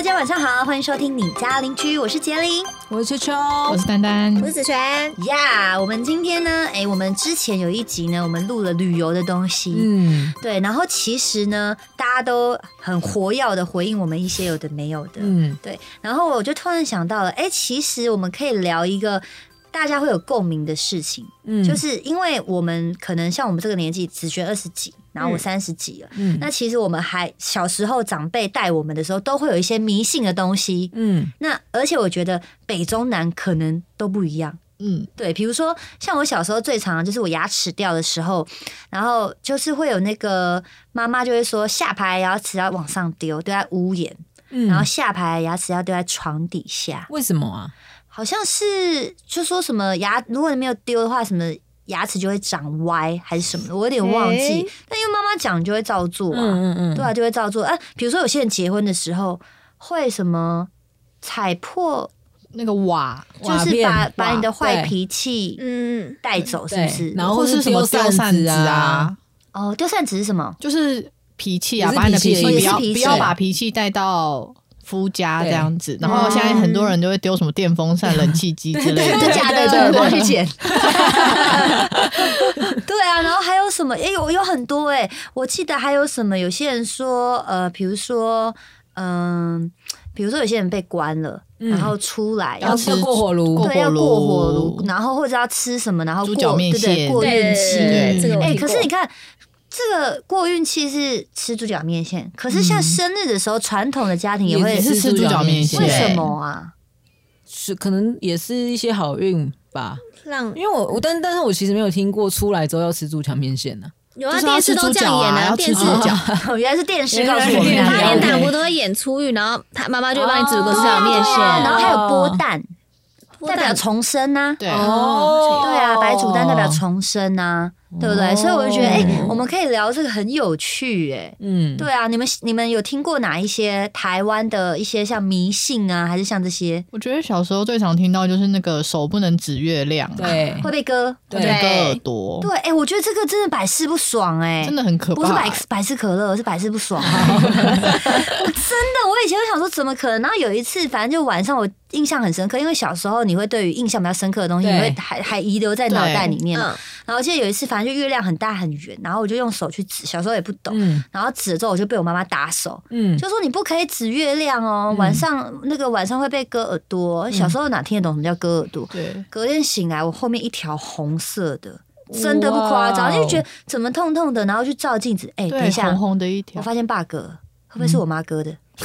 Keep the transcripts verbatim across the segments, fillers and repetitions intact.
大家晚上好，欢迎收听你家邻居，我是杰林， 我是秋秋， 我是丹丹， 我是子璇呀。Yeah, 我们今天呢，哎，我们之前有一集呢，我们录了旅游的东西，嗯，对，然后其实呢，大家都很活跃的回应我们一些有的没有的，嗯，对，然后我就突然想到了，哎，其实我们可以聊一个大家会有共鸣的事情，嗯，就是因为我们可能像我们这个年纪，子璇二十几。然后我三十几了，嗯，那其实我们还小时候长辈带我们的时候，都会有一些迷信的东西，嗯，那而且我觉得北中南可能都不一样，嗯，对，比如说像我小时候最常就是我牙齿掉的时候，然后就是会有那个妈妈就会说下排牙齿要往上丢，丢在屋檐，嗯，然后下排牙齿要丢在床底下， 为什么啊？ 好像是就说什么牙如果你没有丢的话，什么牙齿就会长歪还是什么的，我有点忘记。欸、但因为妈妈讲就会照做啊，嗯嗯嗯对啊，就会照做。啊，比如说有些人结婚的时候会什么踩破那个瓦， 就是把把你的坏脾气嗯带走，是不是？ 然后或是什么丢扇子啊？ 哦，丢扇子是什么？ 就是脾气啊，把你的脾气不要不要把脾气带到夫家这样子，然后现在很多人都会丢什么电风扇、冷气机之类的， 真的假的？我去捡。对啊，然后还有什么？哎、欸，有有很多哎、欸，我记得还有什么？有些人说，呃，比如说，嗯、呃，比如说有些人被关了，嗯、然后出来要吃过火炉， 对，要过火炉，然后或者要吃什么，然后过猪脚面线， 对对，过运气。哎、 欸， 可是你看。这个过运气是吃猪脚面线，可是像生日的时候，传、嗯、统的家庭也会也是吃猪脚面线， 为什么啊？ 是可能也是一些好运吧。让因为我我但但是我其实没有听过出来之后要吃猪脚面线呢、啊。 有啊，电视都这样演啊，电视哦，原来是电视告诉我们， 八点档不都会演出狱，然后他妈妈就会帮你煮个猪脚面线， 哦、然后还有剥蛋。代表重生啊， 对哦，对啊，白煮蛋代表重生啊，对不对？所以我就觉得，哎、欸，我们可以聊这个很有趣、欸，哎，嗯，对啊，你们你们有听过哪一些台湾的一些像迷信啊，还是像这些？ 我觉得小时候最常听到就是那个手不能指月亮， 对， 会被割， 会被割耳朵， 对，哎、欸，我觉得这个真的百试不爽、欸，哎， 真的很可怕， 不是百百事可乐，是百试不爽、啊，真的，我以前就想说怎么可能？然后有一次，反正就晚上我印象很深刻，因为小时候你会对于印象比较深刻的东西，你会还还遗留在脑袋里面嘛。然后我记得有一次，反正就月亮很大很圆，然后我就用手去指，小时候也不懂，嗯、然后指了之后我就被我妈妈打手，嗯、就说你不可以指月亮哦，嗯、晚上那个晚上会被割耳朵。嗯、小时候哪听得懂什么叫割耳朵？对，隔天醒来，我后面一条红色的。真的不夸张，就觉得怎么痛痛的，然后去照镜子，哎、欸，等一下， 红红的一条， 我发现 bug， 会不会是我妈割的？会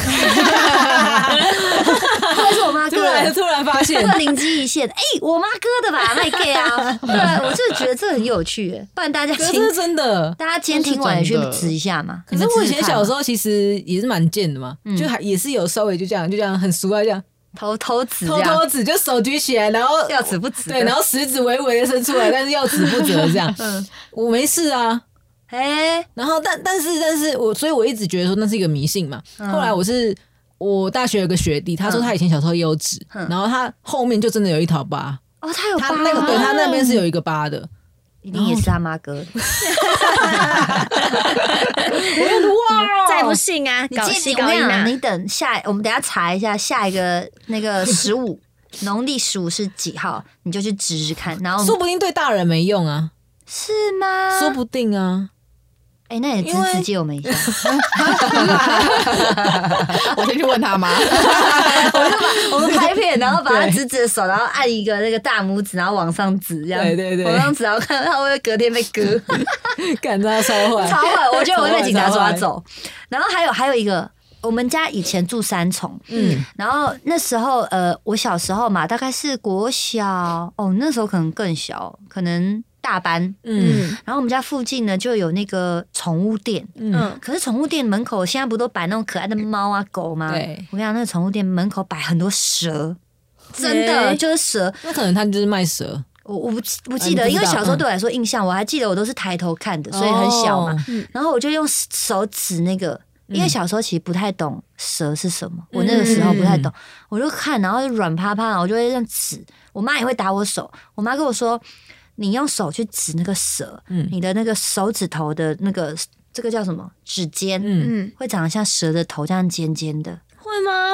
不会是我妈割的？ 突然突然发现， 灵机一现，哎、欸，我妈割的吧？那 gay 啊，对啊，我就觉得这很有趣，不然大家这是真的， 大家今天听完也去指一下嘛。 可是我以前小时候其实也是蛮贱的嘛，嗯、就还也是有稍微就这样就这样很熟啊这样。 偷偷指， 偷偷指，就手举起来，然后要指不指？ 对，然后食指微微的伸出来，但是要指不指的这样。嗯，我没事啊。哎、欸，然后但但是但是我，所以我一直觉得说那是一个迷信嘛。嗯、后来我是我大学有个学弟，他说他以前小时候也有指，嗯、然后他后面就真的有一条疤。 哦，他有疤， 他那个对他那边是有一个疤的。 一定也是他妈割的， 哇！再不信啊，搞西搞印啊！ 你等下，我们等一下查一下下一个那个十五农历十五是几号，你就去指指看，然后说不定对大人没用啊， 是吗？ 说不定啊。 哎、欸，那也直直接我们一下， 我先去问他妈。 我就把我们拍片，然后把他指指的手，然后按一个那个大拇指，然后往上指，这样，对对对，往上指，然后看他会不会隔天被割。 感到超坏， 超坏！我觉得我会被警察抓走。然后还有还有一个，我们家以前住三重，嗯，然后那时候呃，我小时候嘛，大概是国小哦，那时候可能更小，可能。大班，嗯，然后我们家附近呢就有那个宠物店，嗯，可是宠物店门口现在不都摆那种可爱的猫啊狗吗？对，我跟你讲，那个宠物店门口摆很多蛇，真的就是蛇。 那可能他就是卖蛇， 我我不不记得，因为小时候对我来说印象，我还记得我都是抬头看的，所以很小嘛。然后我就用手指那个，因为小时候其实不太懂蛇是什么，我那个时候不太懂，我就看，然后就软趴趴，我就会这样指。我妈也会打我手，我妈跟我说。你用手去指那个蛇，嗯、你的那个手指头的那个这个叫什么指尖，嗯，会长得像蛇的头这样尖尖的， 会吗？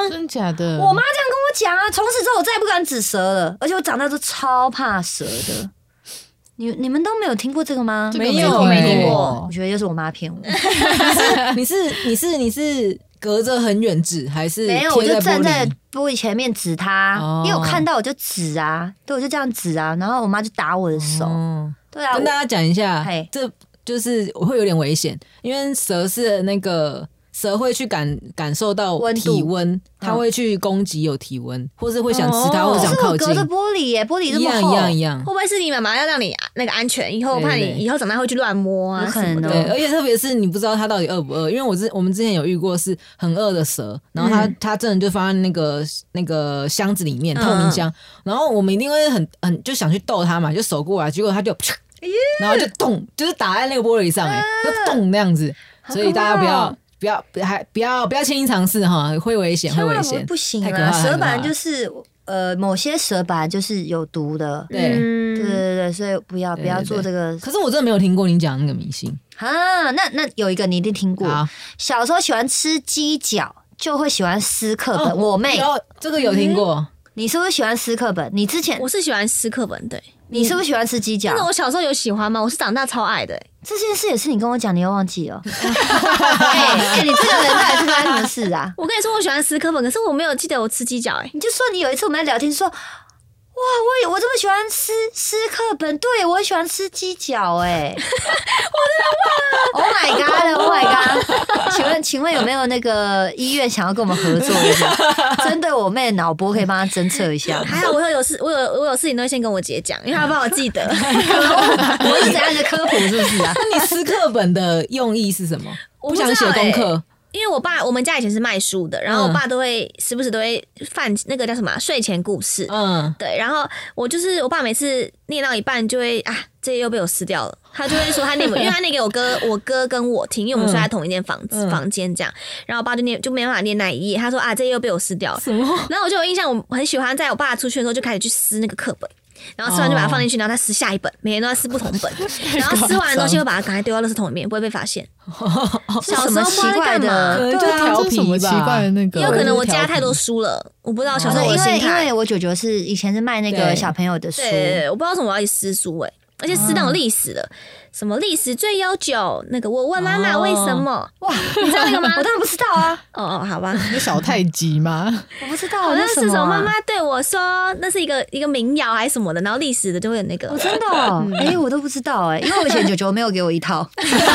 真假的？ 我妈这样跟我讲啊，从此之后我再也不敢指蛇了，而且我长大都超怕蛇的。你你们都没有听过这个吗？ 没有， 没听过。 我觉得又是我妈骗我。 你是你是你是隔着很远指还是没有？我就站在玻璃前面指她，哦、因为我看到我就指啊，对，我就这样指啊，然后我妈就打我的手。哦、对啊， 跟大家讲一下，这就是我会有点危险，因为蛇是那个。蛇会去感感受到体温，它会去攻击有体温，或是会想吃它，或者想靠近。 隔着玻璃耶，玻璃这么厚， 一样一样一样。 会不会是你妈妈要让你那个安全？以后怕你以后长大会去乱摸啊？ 有可能。 对，而且特别是你不知道它到底饿不饿，因为我之我们之前有遇过是很饿的蛇，然后它它真的就放在那个那个箱子里面，透明箱，然后我们一定会很很就想去逗它嘛，就手过来，结果它就，然后就咚，就是打在那个玻璃上，哎，就咚那样子，所以大家不要。不要，还不要，不要轻易尝试哈，会危险，会危险， 不行啊！蛇板就是呃，某些蛇板就是有毒的， 对， 对对对，所以不要不要做这个。 可是我真的没有听过你讲那个迷信啊，那那有一个你一定听过，小时候喜欢吃鸡脚，就会喜欢撕课本。我妹这个有听过， 你是不是喜欢撕课本？你之前我是喜欢撕课本，对， 你是不是喜欢吃鸡脚？ 但是我小时候有喜欢吗？我是长大超爱的。 这件事也是你跟我讲，你又忘记了。哎、欸欸，你这个人到底是发生什么事啊？ 我跟你说，我喜欢撕课本，可是我没有记得我吃鸡脚。哎， 你就说你有一次我们在聊天说，哇，我我这么喜欢吃吃课本，对我也喜欢吃鸡脚，哎，我真的忘了。Oh my god！Oh my god！ 请问请问有没有那个医院想要跟我们合作一下，针对我妹的脑波可以帮她侦测一下？ 还好我有有事，我有我有事情都会先跟我姐讲，因为她帮我记得。 我是怎样的科普是不是啊？ 那你撕课本的用意是什么？ 我不想写功课。 因为我爸，我们家以前是卖书的，然后我爸都会时不时都会放那个叫什么睡前故事，嗯，对，然后我就是我爸每次念到一半就会啊，这页又被我撕掉了，他就会说他念，因为他念给我哥，我哥跟我听，因为我们睡在同一间房子、嗯、房间这样，然后我爸就念就没办法念那一页，他说啊，这页又被我撕掉了，什么？然后我就有印象，我很喜欢在我爸出去的时候就开始去撕那个课本。然后撕完就把它放进去，然后再撕下一本，每天都在撕不同本，然后撕完的东西会把它赶快丢到垃圾桶里面，不会被发现。 小时候奇怪的， 对啊，调皮吧，奇怪的那个， 也有可能我加太多书了，我不知道小时候我的心态。 因为我舅舅是以前是卖那个小朋友的书， 对对对，我不知道为什么我要去撕书哎、欸。而且撕那种历史的，什么历史最悠久，那个我问妈妈为什么？哇，你知道那个吗？ 我当然不知道啊。 哦哦，好吧， 有小太极吗？ 我不知道， 好像是什么妈妈妈对我说，那是一个一个民谣还是什么的，然后历史的就会有那个。 我真的哦，哎，我都不知道哎，因为我以前舅舅没有给我一套，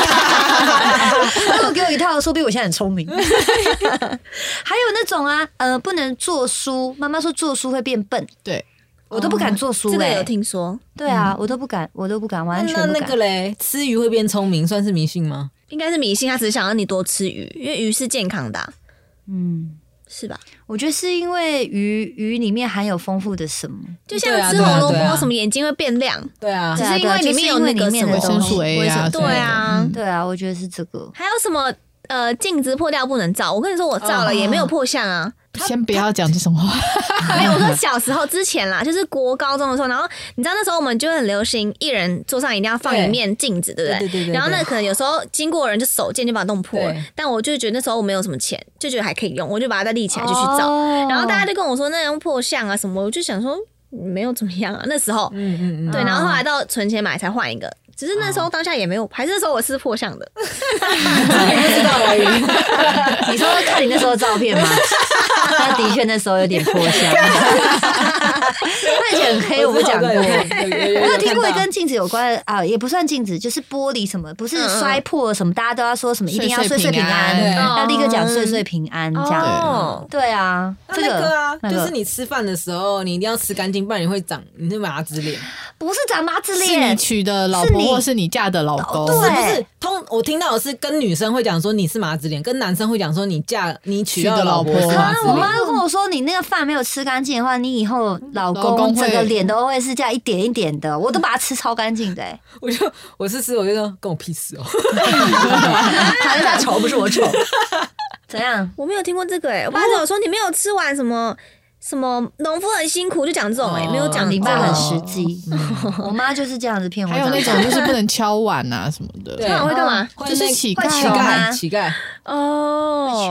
如果给我一套，说不定我现在很聪明。还有那种啊，呃，不能做书，妈妈说做书会变笨， 对。 我都不敢做书、欸， 这个有听说。 对啊，我都不敢，我都不敢，完全不敢。 那那个嘞，吃鱼会变聪明，算是迷信吗？ 应该是迷信，他只是想让你多吃鱼，因为鱼是健康的、啊。嗯，是吧？ 我觉得是因为鱼鱼里面含有丰富的什么， 就像吃红萝卜，什么眼睛会变亮。 对啊， 只是因为里面有那个什么维生素 A 啊， 对啊， 对啊，我觉得是这个。 还有什么呃，镜子破掉不能照？我跟你说，我照了也没有破相啊。 先不要讲这种话。 没有，我说小时候之前啦，就是国高中的时候，然后你知道那时候我们就很流行，一人桌上一定要放一面镜子，对不对？ 对对对。 然后那可能有时候经过人就手贱就把它弄破了，但我就觉得那时候我没有什么钱，就觉得还可以用，我就把它再立起来就去照。哦、然后大家就跟我说那样破相啊什么，我就想说没有怎么样啊。那时候，嗯嗯嗯，对。然后后来到存钱买才换一个。只是那时候当下也没有，还是那时候我是破相的， 不知道而已。 你说看你那时候的照片吗？他的确那时候有点破相，看起来很黑。我不讲过，我有听过跟镜子有关啊，也不算镜子，就是玻璃什么，不是摔破什么，大家都要说什么一定要岁岁平安，要立刻讲岁岁平安这样。对啊， 这个啊，就是你吃饭的时候，你一定要吃干净，不然你会长你会麻子脸。 不是长麻子脸， 是你娶的老婆或是你嫁的老公。 对，不是通我听到的是跟女生会讲说你是麻子脸，跟男生会讲说你嫁你娶到的老婆是麻子脸。 我妈跟我说你那个饭没有吃干净的话，你以后老公整个脸都会是这样一点一点的，我都把它吃超干净的、欸。 我就我是吃，我就说跟我屁事哦、喔。 他是他丑，不是我丑。怎样？ 我没有听过这个哎、欸，我爸跟我说你没有吃完什么。什么农夫很辛苦就讲这种哎、欸，哦、没有讲你爸很实际。嗯、我妈就是这样子骗我。 还有那种就是不能敲碗啊什么的。 敲碗会干嘛？ 就是乞丐， 乞丐，乞丐。 哦，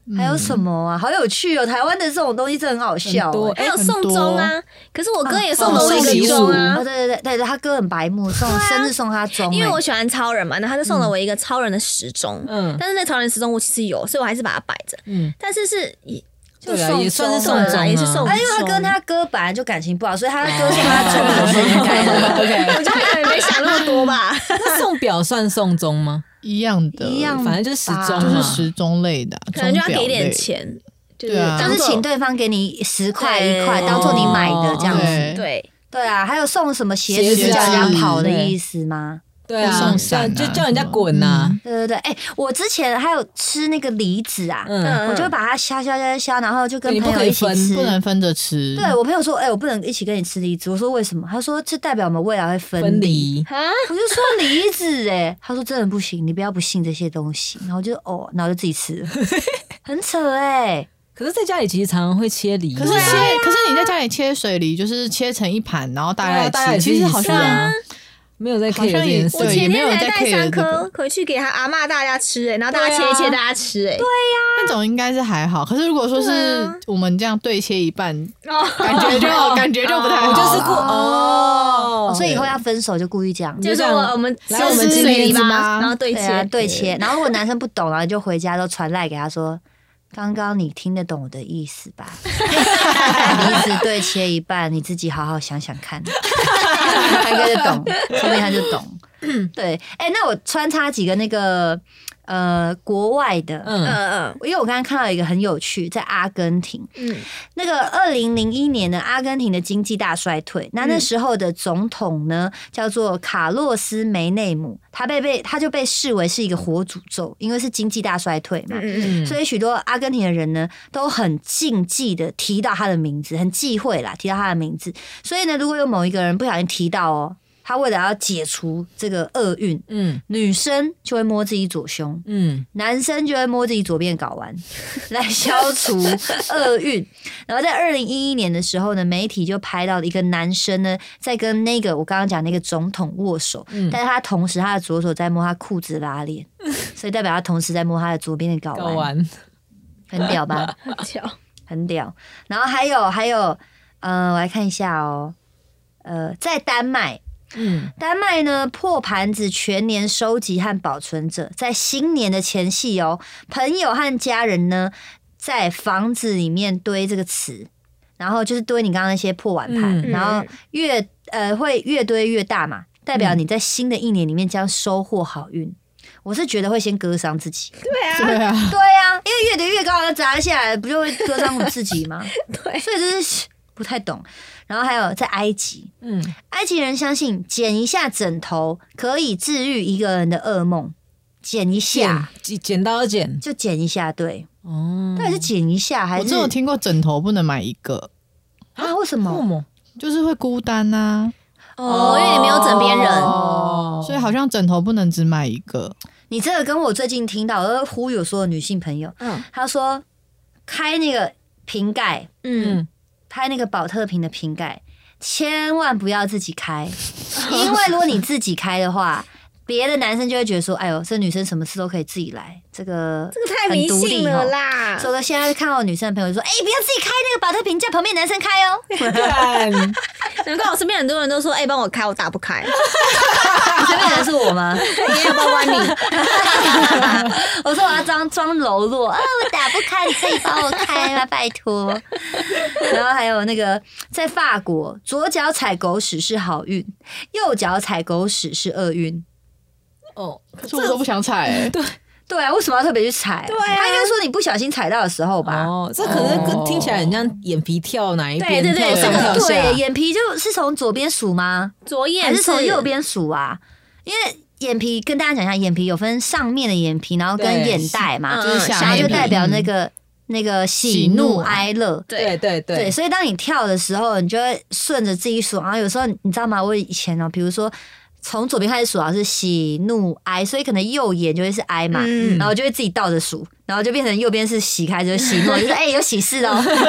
还有什么啊？好有趣哦！台湾的这种东西真的很好笑、欸， 还有送钟啊。可是我哥也送了我一个钟啊。 哦，对对对对，他哥很白目，送生日送他钟、欸， 因为我喜欢超人嘛，然后他就送了我一个超人的时钟。嗯，但是那超人时钟我其实有，所以我还是把它摆着。嗯，但是是也。 就送也算是送钟、啊， 也是送。 他因为他跟他哥本来就感情不好，所以他哥送他钟也是应该的。 OK， 我觉得可能没想那么多吧。 那送表算送钟吗？ 一样的， 一样， 反正就是时钟， 就是时钟类的， 可能就要给点钱， 就是就是请对方给你十块一块，当做你买的这样子。 对对啊，还有送什么鞋子叫人家跑的意思吗？ 对啊，送伞就叫人家滚呐、 嗯！对对对，哎、欸，我之前还有吃那个梨子啊，嗯、我就会把它削削削削，然后就跟朋友一起吃， 不能分着吃。 对我朋友说，哎、欸，我不能一起跟你吃梨子。我说为什么？他说这代表我们未来会分离。我就说梨子、欸，哎，他说真的不行，你不要不信这些东西。然后就哦，然后就自己吃了，很扯哎、欸。 可是在家里其实常常会切梨， 可是切，可是你在家里切水梨，就是切成一盘，然后大家来吃，其实好像。 没有在 care 这件事， 我前天才带三颗回去给他阿嬷大家吃、欸，然后大家切一切大家吃、欸，哎， 对呀、 啊，那种应该是还好。可是如果说是我们这样对切一半，啊、感觉就感觉就不太好， 就是故哦, 哦，所以以后要分手就故意这样， 就是我我们来我们吃梨子吗？ 然后对切、 啊、对切，然后如果男生不懂，然后就回家都传赖给他说。刚刚你听得懂我的意思吧？梨子对切一半，你自己好好想想看，他应该就懂，说不定他就懂。对，哎、欸，那我穿插几个那个呃国外的，嗯嗯，因为我刚刚看到一个很有趣，在阿根廷，嗯，那个二零零一年的阿根廷的经济大衰退，那那时候的总统呢叫做卡洛斯梅内姆，他被被他就被视为是一个活诅咒，因为是经济大衰退嘛，嗯嗯，所以许多阿根廷的人呢都很禁忌的提到他的名字，很忌讳啦，提到他的名字，所以呢，如果有某一个人不小心提到哦。他为了要解除这个厄运，嗯，女生就会摸自己左胸，嗯，男生就会摸自己左边睾丸，来消除厄运。然后在二零一一年的时候呢，媒体就拍到了一个男生呢，在跟那个我刚刚讲那个总统握手，嗯、但是他同时他的左手在摸他裤子拉链，所以代表他同时在摸他的左边的睾丸， 丸很屌吧？ 很屌， 很屌。然后还有还有，呃，我来看一下哦，呃，在丹麦。嗯，丹麦呢破盘子全年收集和保存者，在新年的前夕哦，朋友和家人呢在房子里面堆这个词，然后就是堆你刚刚那些破碗盘，嗯、然后越呃会越堆越大嘛，代表你在新的一年里面将收获好运。我是觉得会先割伤自己， 对啊， 对啊， 对啊，因为越堆越高，砸下来不就会割伤我自己吗？ 对， 所以这是不太懂。然后还有在埃及，嗯，埃及人相信剪一下枕头可以治愈一个人的噩梦，剪一下， 剪剪刀剪就剪一下，对，哦，到底是剪一下还是？ 我真有听过枕头不能买一个啊？为什么？ 为什么？ 就是会孤单啊。 哦，因为你没有枕边人， 哦，所以好像枕头不能只买一个。 你这个跟我最近听到，我呼吁所有女性朋友，嗯，他说开那个瓶盖，嗯。拍那个宝特瓶的瓶盖，千万不要自己开，因为如果你自己开的话，别的男生就会觉得说：“哎呦，这女生什么事都可以自己来，这个这个太迷信了啦。” 所以现在看到女生的朋友说：“哎、欸，不要自己开那个宝特瓶，叫旁边男生开哦。” 难怪我身边很多人都说：“哎、欸，帮我开，我打不开。” 你身边的人是我吗？ 你也包括你。 我说我要装装柔弱啊，我打不开，你可以帮我开吗？拜托。然后还有那个在法国，左脚踩狗屎是好运，右脚踩狗屎是厄运。 哦，可是我都不想踩、欸。 对对啊，为什么要特别去踩？ 对啊， 他应该说你不小心踩到的时候吧。 哦，这可能听起来很像眼皮跳哪一边， 对对对， 跳上跳下。 对，眼皮就是从左边数吗？ 左眼还是从右边数啊？因为眼皮跟大家讲一下，眼皮有分上面的眼皮，然后跟眼袋嘛， 就是下面就代表那个。那个喜怒哀乐， 对对对， 所以当你跳的时候，你就会顺着自己数。然后有时候你知道吗？我以前哦，比如说从左边开始数，是喜怒哀，所以可能右眼就会是哀嘛，嗯、然后就会自己倒着数，然后就变成右边是喜开，就是喜怒，就是哎、欸、有喜事哦。对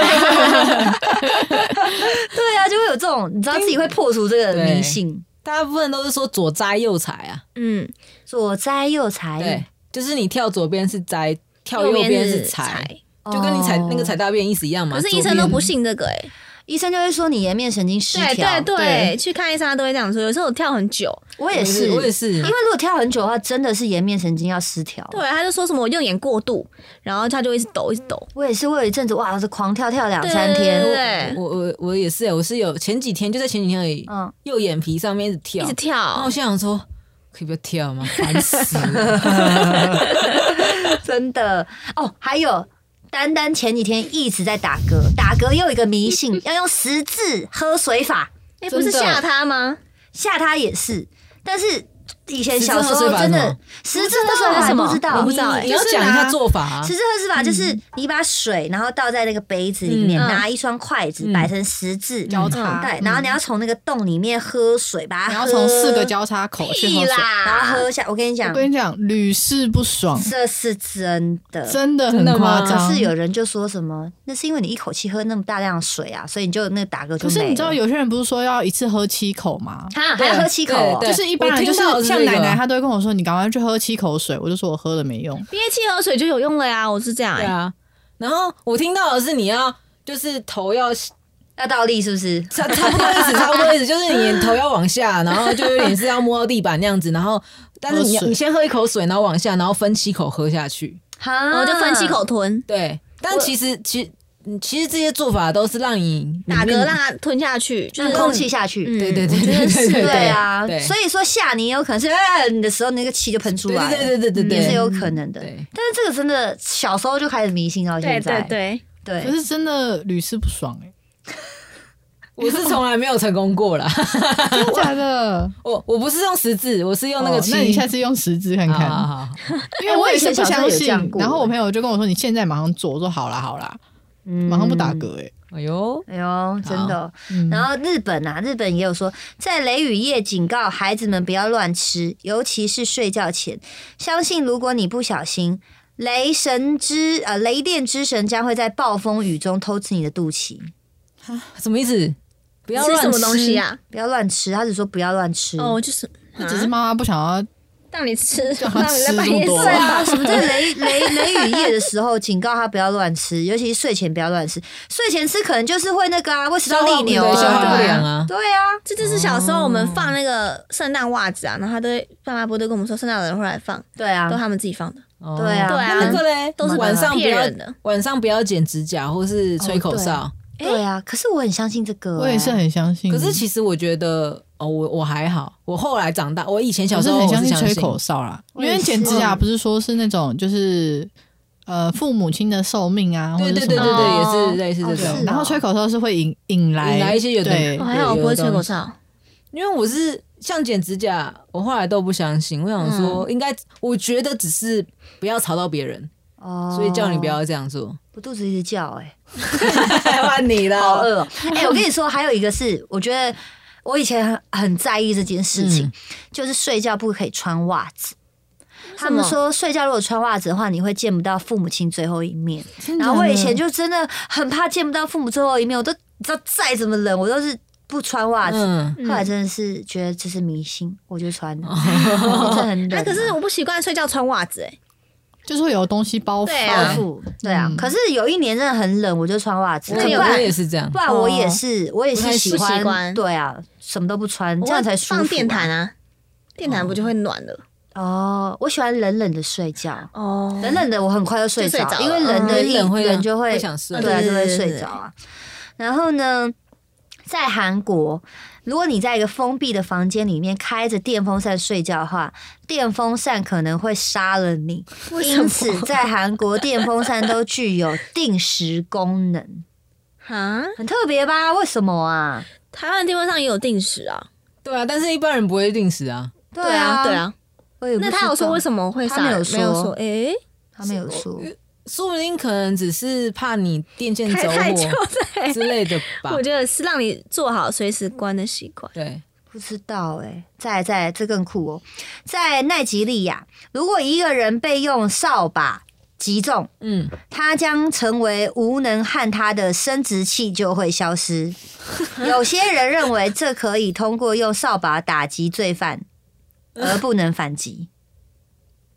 啊，就会有这种，你知道自己会破除这个迷信。 大部分都是说左摘右踩啊， 嗯，左摘右踩， 对，就是你跳左边是摘。 跳右边是踩，就跟你踩那个踩大便意思一样嘛。 可是医生都不信这个哎、欸。 医生就会说你颜面神经失调， 对对 对, 对，去看医生他都会这样说。有时候我跳很久， 我也是， 我也是，因为如果跳很久的话，真的是颜面神经要失调。 对，他就说什么我用眼过度，然后他就一直抖，一直抖。 我也是，我有一阵子哇，我是狂跳跳两三天。 对, 对, 对我我我也是，我是有前几天就在前几天而已，嗯，右眼皮上面一直跳， 一直跳。 然后我现在想说，可以不要跳吗？烦死了， 真的哦，还有。丹丹前几天一直在打嗝，打嗝又有一个迷信，要用十字喝水法。 哎、欸，不是吓他吗？ 吓他也是，但是以前小时候真的十字喝水法什么不知道， 我不知道、欸。你要讲一下做法、啊。 十字喝水法就是你把水，然后倒在那个杯子里面，嗯、拿一双筷子摆成十字交叉， 对，然后你要从那个洞里面喝水，把它喝，你要从四个交叉口去喝水， 然后喝下。我跟你讲， 我跟你讲，屡试不爽， 这是真的， 真的很夸张。 可是有人就说什么，那是因为你一口气喝那么大量的水啊，所以你就那个打嗝就没了。 可是你知道有些人不是说要一次喝七口吗？ 哈，还要喝七口、哦， 就是一般人就是像奶奶，她都会跟我说，你赶快去喝七口水。我就说我喝了没用， 憋气喝水就有用了呀，我是这样、欸。 对啊，然后我听到的是你要就是头要要倒立，是不是？ 差差不多意思，差不多意思，就是你头要往下，然后就有点是要摸到地板那样子，然后但是你你先喝一口水，然后往下，然后分七口喝下去， 然后就分七口吞。 对，但其实其实。其实这些做法都是让你打嗝，让它吞下去，就是空气下去。 嗯、对对对， 我觉得是对啊。 对， 所以说吓你也有可能是呃你的时候那个气就喷出来了， 对对对对对， 也是有可能的。但是这个真的小时候就开始迷信到现在， 对对对对。 可是真的屡试不爽哎、欸， 我是从来没有成功过啦。 真的假的？ 我我不是用十字，我是用那个七、 哦。那你下次用十字看看，好好好因为我也是不相信。然后我朋友就跟我说：“你现在马上做。”我说：“好啦好啦。”嗯、马上不打嗝哎、欸， 哎呦哎呦，真的、嗯。然后日本啊，日本也有说，在雷雨夜警告孩子们不要乱吃，尤其是睡觉前。相信如果你不小心，雷神之呃雷电之神将会在暴风雨中偷吃你的肚脐。 什么意思？不要乱吃什么东西啊？ 不要乱吃，他只说不要乱吃。 哦，就是， 只是妈妈不想要。 让你吃，让你在半夜睡啊！什么在雷雷雷雨夜的时候，警告他不要乱吃，尤其是睡前不要乱吃。睡前吃可能就是会那个啊，会吃到利牛啊， 消化不良啊。 对啊， 这就是小时候我们放那个圣诞袜子啊，然后他都会爸妈不都跟我们说，圣诞老人会来放， 对啊， 都他们自己放的。 对啊， 对啊， 那个嘞， 都是晚上骗人的。 晚上不要剪指甲或是吹口哨。 对啊，可是我很相信这个， 我也是很相信。 可是其实我觉得，哦，我我还好，我后来长大，我以前小时候我是很相信吹口哨啦，因为剪指甲不是说是那种就是呃父母亲的寿命啊， 对对对对对，也是类似这种。 然后吹口哨是会引引来引来一些有的， 还好我不会吹口哨， 因为我是像剪指甲，我后来都不相信，我想说应该，我觉得只是不要吵到别人。哦，所以叫你不要这样做。 我肚子一直叫、欸， 哎，换你了， 好饿、喔。哎、欸，我跟你说，还有一个是，我觉得我以前很很在意这件事情，嗯、就是睡觉不可以穿袜子。他们说睡觉如果穿袜子的话，你会见不到父母亲最后一面。然后我以前就真的很怕见不到父母最后一面，我都你知道再怎么冷，我都是不穿袜子。嗯、后来真的是觉得这是迷信，我就穿了。真的很冷、啊。 可是我不习惯睡觉穿袜子、欸，哎。 就是会有东西包覆， 对啊，对啊、嗯。可是有一年真的很冷，我就穿袜子。 我也是这样， 不然我也是，我也是喜欢。 不习惯对啊，什么都不穿，这样才舒服、啊。 放电毯啊，电毯不就会暖了？ 哦，我喜欢冷冷的睡觉。哦，冷冷的我很快就睡着，因为冷的一冷就会想睡， 对啊，就会睡着啊。然后呢，在韩国。如果你在一个封闭的房间里面开着电风扇睡觉的话，电风扇可能会杀了你。因此，在韩国电风扇都具有定时功能。啊，很特别吧？为什么啊？ 台湾电风扇也有定时啊。 对啊，但是一般人不会定时啊。 对啊， 对啊。那他有说为什么会杀？ 他没有说， 没有说。哎、欸， 他没有说。 说不定可能只是怕你电线走火之类的吧。 我觉得是让你做好随时关的习惯。 对， 不知道哎、欸。再来再来，这更酷哦！在奈及利亚，如果一个人被用扫把击中，嗯，他将成为无能和他的生殖器就会消失。有些人认为这可以通过用扫把打击罪犯，而不能反击。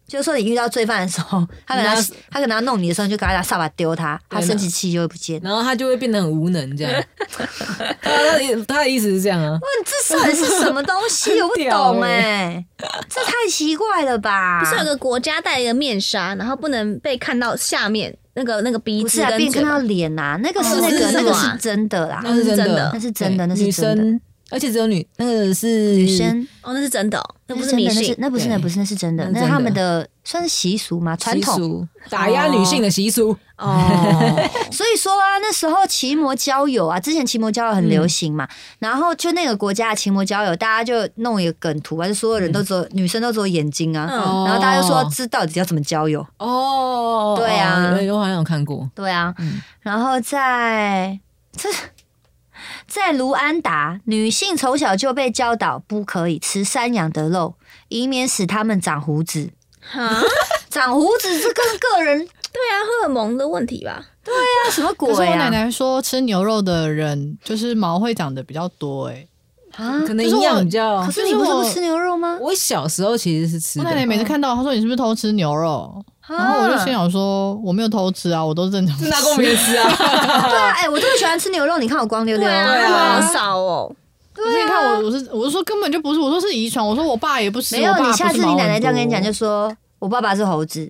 就是说你遇到罪犯的时候，他可能要他可能要弄你的时候，你就给他拿扫把丢他，他生气气就会不见， 然后他就会变得很无能这样。他的他的意思是这样啊？ 哇，你这到底是什么东西？我不懂哎、欸，这太奇怪了吧？ 不是有个国家戴一个面纱，然后不能被看到下面那个那个鼻子跟嘴巴， 不是啊，被看到脸呐、啊，那个是那个、哦、那个是真的啦， 那是真的， 那是真的，那是真的。 而且只有女那个是女生哦，那是真的、哦，那不是迷信， 那不是那不是那是真的，那是他们的算是习俗嘛，传统打压女性的习俗哦。所以说啊，那时候奇摩交友啊，之前奇摩交友很流行嘛，嗯、然后就那个国家的奇摩交友，大家就弄一个梗图啊，就所有人都只有、嗯、女生都只有眼睛啊，嗯、然后大家就说这到底要怎么交友？ 哦， 对啊， 我好像有看过， 对啊，嗯、然后在这。在卢安达，女性从小就被教导不可以吃山羊的肉，以免使他们长胡子。 哈， 长胡子这跟个人对啊，荷尔蒙的问题吧？ 对啊，什么鬼啊？ 可是我奶奶说，吃牛肉的人就是毛会长得比较多、欸，哎， 啊，可能营养比较。 可是你不是不吃牛肉吗？ 我小时候其实是吃的。 我奶奶每次看到，她说你是不是偷吃牛肉？然后我就心想说，我没有偷吃啊，我都正常吃， 拿公别吃啊。 对啊，哎、欸，我这么喜欢吃牛肉，你看我光溜溜， 对啊，好少哦。 对啊，你看我，我是我是说根本就不是，我说是遗传，我说我爸也不吃。 没有，你下次你奶奶这样跟你讲，就说我爸爸是猴子，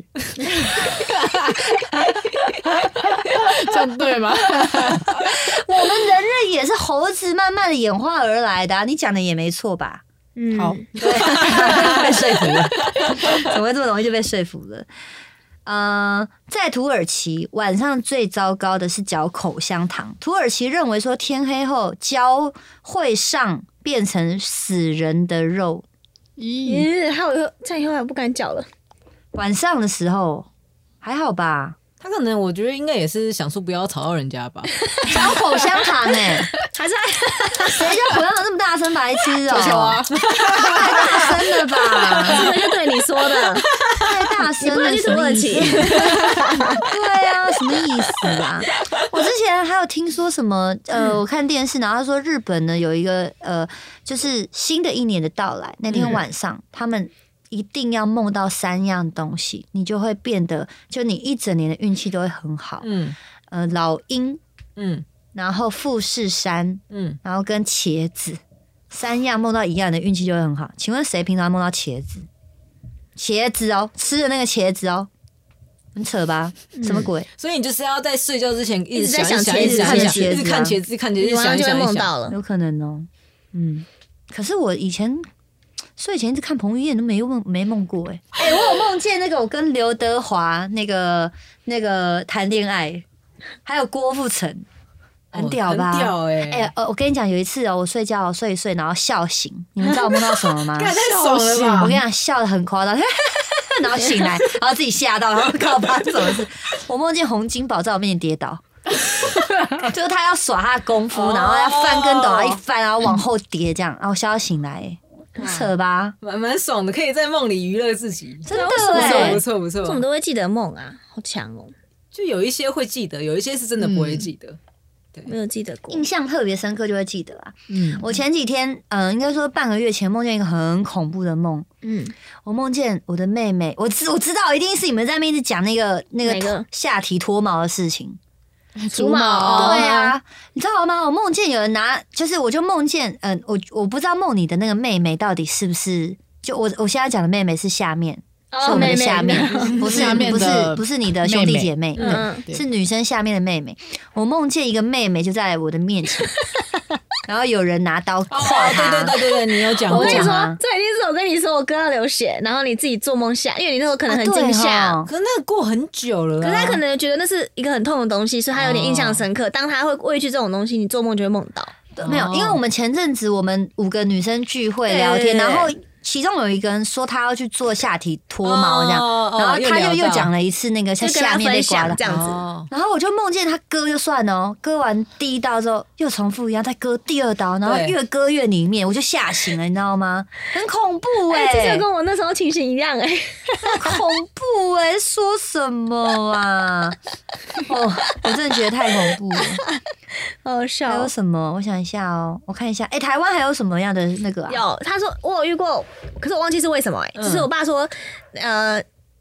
这样对吗？ 我们人类也是猴子慢慢的演化而来的、啊，你讲的也没错吧？ 嗯，好， 对，被说服了，怎么会这么容易就被说服了？呃，在土耳其晚上最糟糕的是嚼口香糖。土耳其认为说天黑后胶会上变成死人的肉。 咦，还有这样以后还不敢嚼了。 晚上的时候还好吧？ 他可能我觉得应该也是想说不要吵到人家吧。 嚼口香糖哎、欸， 还在谁叫口香糖这么大声白痴哦、 喔？啊、 太大声了吧？ 这个就对你说的， 太大声了，什么意思？对啊，什么意思啊？我之前还有听说什么呃，我看电视，然后他说日本呢有一个呃，就是新的一年的到来，那天晚上、嗯、他们。一定要梦到三样东西，你就会变得，就你一整年的运气都会很好。嗯，呃，老鹰，嗯，然后富士山，嗯，然后跟茄子，三样梦到一样的运气就会很好。请问谁平常梦到茄子？茄子哦，吃的那个茄子哦，很扯吧？嗯、什么鬼？ 所以你就是要在睡觉之前一直在想茄子， 看茄子，一直看茄子，看茄子， 晚上就会梦到了， 有可能哦。嗯，可是我以前。睡前一直看彭于晏都没梦没梦过哎、欸，哎、欸，我有梦见那个我跟刘德华那个那个谈恋爱，还有郭富城，很屌吧？ 哦、很屌哎、欸！ 哎、欸，呃，我跟你讲，有一次哦，我睡觉睡一睡，然后笑醒，你们知道我梦到什么吗？ 太爽了吧！ 我跟你讲，笑得很夸张，然后醒来，然后自己吓到，然后告发生什么事？我梦见洪金宝在我面前跌倒。就是他要耍他的功夫，然后要翻跟斗，然后一翻，然后往后跌，这样，然后笑到醒来。很扯吧， 蛮蛮爽的，可以在梦里娱乐自己， 真的哎，不错不错。 怎么都会记得梦啊，好强哦！ 就有一些会记得，有一些是真的不会记得，嗯、 对，没有记得过， 印象特别深刻就会记得啊。嗯，我前几天，嗯、呃，应该说半个月前梦见一个很恐怖的梦。嗯，我梦见我的妹妹，我知我知道一定是你们在那边一直讲那个那个下体脱毛的事情。 除毛， 对啊，你知道吗？我梦见有人拿，就是我就梦见，嗯、呃，我我不知道梦里的那个妹妹到底是不是，就我我现在讲的妹妹是下面，哦、是我们的下面，妹妹不是不是不是你的兄弟姐妹，妹妹嗯、对，是女生下面的妹妹。我梦见一个妹妹就在我的面前。然后有人拿刀划他， 对对对对对，你有讲过。 我跟你说，这一定是我跟你说我哥要流血，然后你自己做梦吓，因为你那时候可能很惊吓、 啊哦， 可是那个过很久了、啊， 可是他可能觉得那是一个很痛的东西，所以他有点印象深刻。哦、当他会畏惧这种东西，你做梦就会梦到。 哦、没有，因为我们前阵子我们五个女生聚会聊天，然后。其中有一个人说他要去做下体脱毛这样，哦哦、然后他就又讲了一次那个像下面被刮的这样子， 然后我就梦见他割就算了哦，割完第一刀之后又重复一样，再割第二刀，然后越割越里面，我就吓醒了，你知道吗？很恐怖哎、 欸，欸、这就跟我那时候情形一样哎、欸， 很恐怖哎、欸，说什么啊？哦，我真的觉得太恐怖了， 好笑。 还有什么？我想一下哦，我看一下，哎、欸，台湾还有什么样的那个、啊？ 有，他说我有遇过。可是我忘记是为什么哎、欸，只、嗯、是我爸说，呃，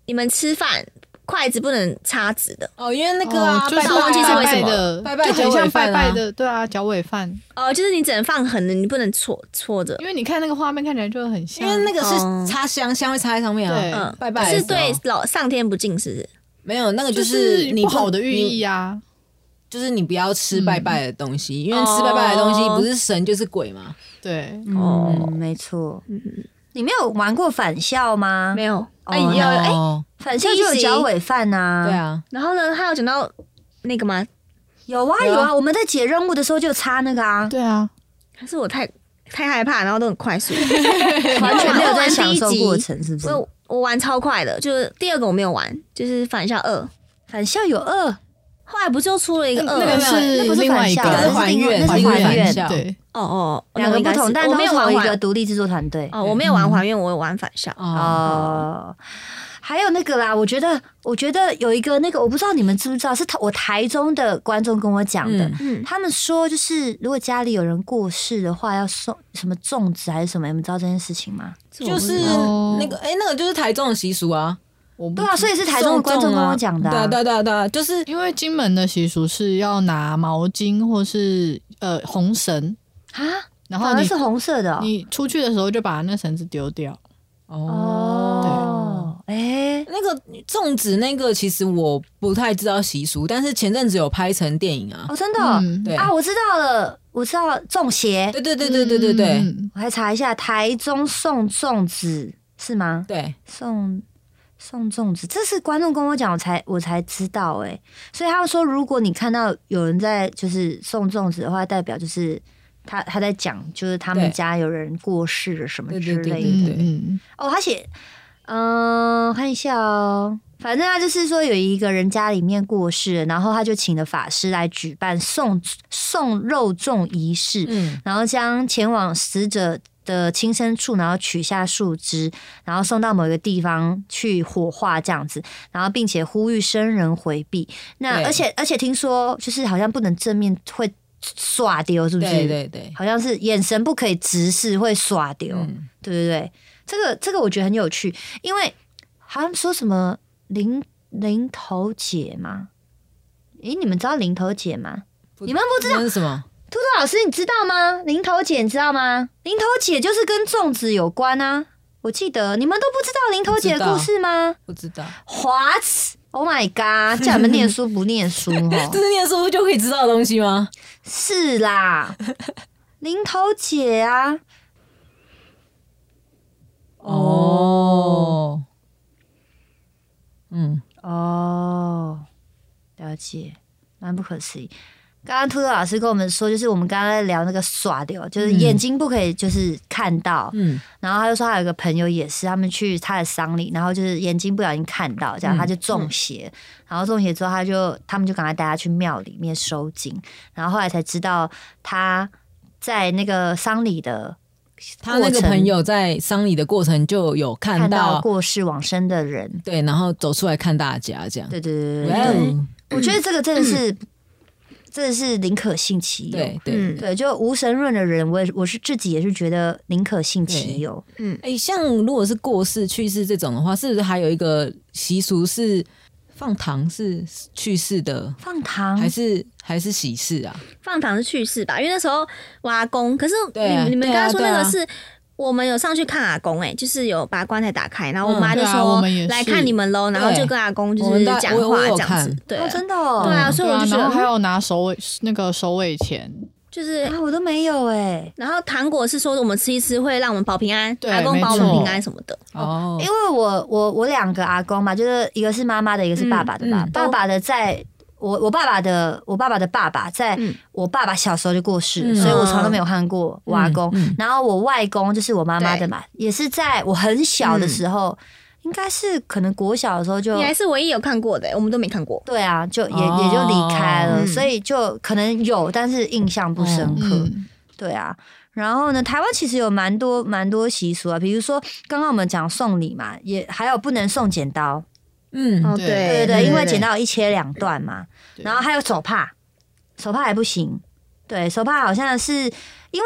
你们吃饭筷子不能插直的哦，因为那个啊， 就是忘记是为什么的， 拜拜就很像拜拜的，对啊，脚尾饭哦，就是你只能放横的，你不能错错着， 因为你看那个画面看起来就很像， 因为那个是插香，香会插在上面啊， 对， 嗯，拜拜是对老上天不敬，是不是？ 没有，那个就是你不好的寓意啊。 就是你不要吃拜拜的东西，嗯、因为吃拜拜的东西不是神就是鬼嘛。 对， 哦，没错。嗯，你没有玩过返校吗？ 没有。 哎、哦，有哎，返校就有脚尾饭呐。 对啊。 然后呢，他有讲到那个吗？ 有啊有啊，我们在解任务的时候就插那个啊。 对啊。 还是我太太害怕，然后都很快速， 完全没有在享受过程，是不是？ 我我玩超快的，就是第二个我没有玩，就是返校二。 返校有二。 后来不是又出了一个二， 那个是那不是另一个， 那是还原， 那是还原， 对， 哦哦， 两个不同，但我没有玩一个独立制作团队。 哦，我没有玩还原，我有玩返校。 哦，还有那个啦，我觉得，我觉得有一个那个，我不知道你们知不知道，是我台中的观众跟我讲的，他们说就是如果家里有人过世的话，要送什么粽子还是什么，你们知道这件事情吗？ 就是那个，哎，那个就是台中的习俗啊。 对啊，所以是台中的观众跟我讲的、啊。 对对对对，就是因为金门的习俗是要拿毛巾或是呃红绳啊， 然后你是红色的、哦， 你出去的时候就把那绳子丢掉。 哦， 对，哎、 欸，那个粽子那个其实我不太知道习俗，但是前阵子有拍成电影啊。 哦，真的、哦嗯，对啊，我知道了，我知道了粽邪。 对对对对对对对， 嗯、 我还查一下，台中送粽子是吗？ 对， 送。送粽子，这是观众跟我讲，我才我才知道哎、欸，所以他们说，如果你看到有人在就是送粽子的话，代表就是他他在讲，就是他们家有人过世了什么之类的。 嗯， 哦，他写，嗯、呃，看一下哦，反正他就是说有一个人家里面过世了，然后他就请了法师来举办送送肉粽仪式，嗯，然后将前往死者的亲生处，然后取下树枝，然后送到某一个地方去火化这样子，然后并且呼吁生人回避。那而且而且听说就是好像不能正面会耍丢，是不是？ 对对对， 好像是眼神不可以直视，会耍丢。嗯、对对对，这个这个我觉得很有趣，因为好像说什么零零头姐嘛？诶，你们知道零头姐吗？你们不知道是什么？ 兔兔老师，你知道吗？零头姐你知道吗？零头姐就是跟粽子有关啊！我记得你们都不知道零头姐的故事吗？ 不知道。 What? Oh my god！ 叫你们念书不念书哦？ 这是念书就可以知道的东西吗？ 是啦，零头姐啊。 哦，嗯， 哦，了解，蛮不可思议。刚刚兔兔老师跟我们说，就是我们刚刚在聊那个耍掉，就是眼睛不可以就是看到，嗯，然后他就说他有一个朋友也是，他们去他的丧礼，然后就是眼睛不小心看到，这样他就中邪，嗯、然后中邪之后他就他们就赶快带他去庙里面收金，然后后来才知道他在那个丧礼的。 他那个朋友在丧礼的过程就有看到, 看到过世往生的人， 对，然后走出来看大家，这样， 对对对对对，嗯、我觉得这个真的是。嗯真的是宁可信其有， 对对、 嗯、对，就无神论的人，我我是自己也是觉得宁可信其有。 嗯，哎、欸，像如果是过世去世这种的话，是不是还有一个习俗是放糖是去世的？ 放糖还是还是喜事啊？ 放糖是去世吧，因为那时候我阿公，可是你、 啊、 你们刚刚说那个是。我们有上去看阿公、欸，哎，就是有把棺材打开，然后我妈就说、嗯啊、来看你们喽，然后就跟阿公就是讲话这样子，对、 哦，真的、哦， 对啊，所以我就觉得还有拿首尾那个首尾钱， 就是啊，我都没有哎、欸。 然后糖果是说我们吃一吃会让我们保平安，阿公保我们平安什么的。 哦，因为我我我两个阿公嘛，就是一个是妈妈的，一个是爸爸的吧，嗯嗯、爸爸的在。我我爸爸的我爸爸的爸爸在我爸爸小时候就过世了、嗯、所以我从来都没有看过我阿公、嗯嗯、然后我外公就是我妈妈的嘛，也是在我很小的时候、嗯、应该是可能国小的时候就， 你还是唯一有看过的、欸、我们都没看过。 对啊，就也、哦、也就离开了、嗯、所以就可能有但是印象不深刻、嗯、对啊。然后呢，台湾其实有蛮多蛮多习俗啊，比如说刚刚我们讲送礼嘛，也还有不能送剪刀。 嗯， 哦，对对对，因为剪刀一切两段嘛，然后还有手帕，手帕还不行。对，手帕好像是因为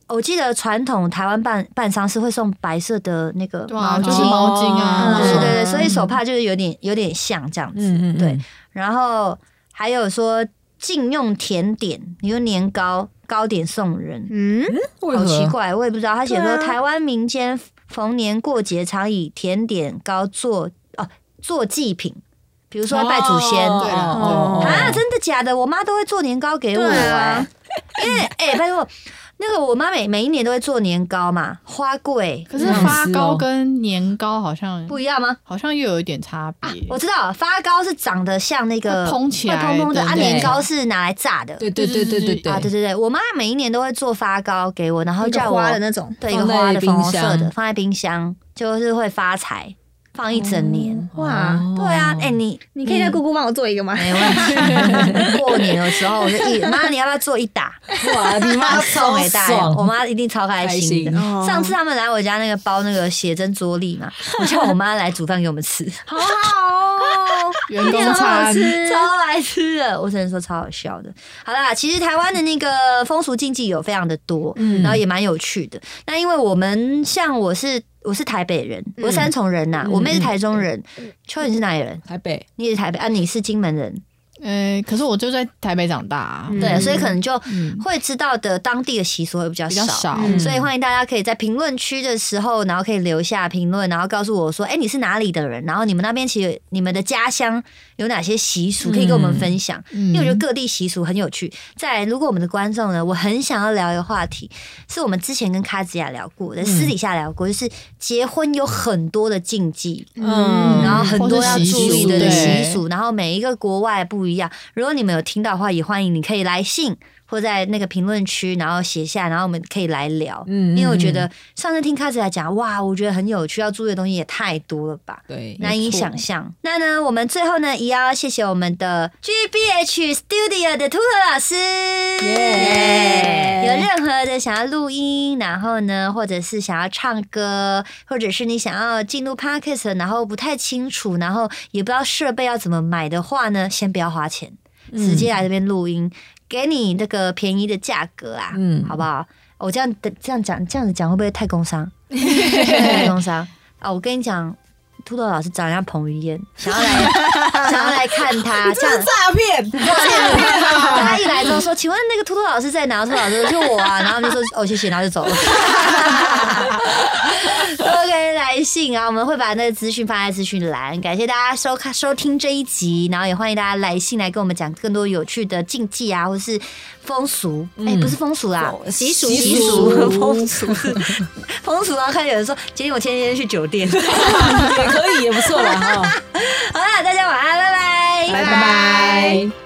我记得传统台湾办办丧事会送白色的那个毛巾，就是毛巾啊， 对对对，所以手帕就是有点有点像这样子，嗯嗯对。然后还有说禁用甜点，你说年糕糕点送人，嗯，好奇怪，我也不知道。他写说、啊、台湾民间逢年过节常以甜点糕做哦做祭品。比如说拜祖先， 哦、对哦啊，真的假的？我妈都会做年糕给我哎、啊，因为哎、欸，拜托，那个我妈每每一年都会做年糕嘛，花桂。 可是发糕跟年糕好像不一样吗？ 好像又有一点差别、啊。 我知道发糕是长得像那个蓬起来蓬蓬的，啊，年糕是拿来炸的。 对对对对对对啊，对对对，我妈每一年都会做发糕给我，然后叫我花的那种， 对，一个花的粉红色的，放在冰箱，就是会发财。放一整年、 哦、哇， 对啊，哎、欸，你你可以叫姑姑帮我做一个吗？ 没问题。过年的时候我就一妈，你要不要做一打？ 哇，你妈送给大家，我妈一定超开心的。 开心哦、上次他们来我家那个包那个写真桌历嘛，我叫我妈来煮饭给我们吃， 好好哦， 员工餐超爱吃的，我只能说超好笑的。好啦，其实台湾的那个风俗禁忌有非常的多，嗯，然后也蛮有趣的。那因为我们像我是。我是台北人，我是三重人呐、啊嗯，我妹是台中人。秋、嗯、你是哪里人？ 台北， 你也是台北啊？你是金门人？ 呃，可是我就在台北长大、啊， 对、嗯，所以可能就会知道的当地的习俗会比较少， 比较少嗯、所以欢迎大家可以在评论区的时候，然后可以留下评论，然后告诉我说，哎、欸，你是哪里的人？然后你们那边其实你们的家乡有哪些习俗可以跟我们分享？嗯、因为我觉得各地习俗很有趣。再来，如果我们的观众呢，我很想要聊一个话题，是我们之前跟卡子雅聊过的，嗯、私底下聊过，就是结婚有很多的禁忌，嗯，然后很多要注意的习俗，然后每一个国外不一样。如果你们有听到的话，也欢迎你可以来信或在那个评论区，然后写下，然后我们可以来聊。嗯，因为我觉得上次听卡子来讲，哇，我觉得很有趣，要注意的东西也太多了吧， 对， 难以想象。那呢，我们最后呢，也要谢谢我们的 G B H Studio 的图图老师。耶、yeah! ！有任何的想要录音，然后呢，或者是想要唱歌，或者是你想要进入 Podcast， 然后不太清楚，然后也不知道设备要怎么买的话呢，先不要花钱。直接来这边录音，给你这个便宜的价格啊，嗯，好不好？我这样这样讲，这样子讲会不会太工商？太工商啊！我跟你讲，秃头老师长得像彭于晏，想要来想要来看他， 这是诈骗！诈骗！他一来之后说：“请问那个秃头老师在哪？”秃头老师说：“就我啊。”然后就说：“哦，谢谢。”然后就走了。OK， 来信啊，我们会把那个资讯放在资讯栏。感谢大家收看收听这一集，然后也欢迎大家来信来跟我们讲更多有趣的禁忌啊，或是风俗。哎、嗯欸，不是风俗啦，习俗习俗风俗风俗。然后看有人说，今天我前天去酒店，也可以，也不错啦。哈。 好啦，大家晚安，拜拜， 拜拜。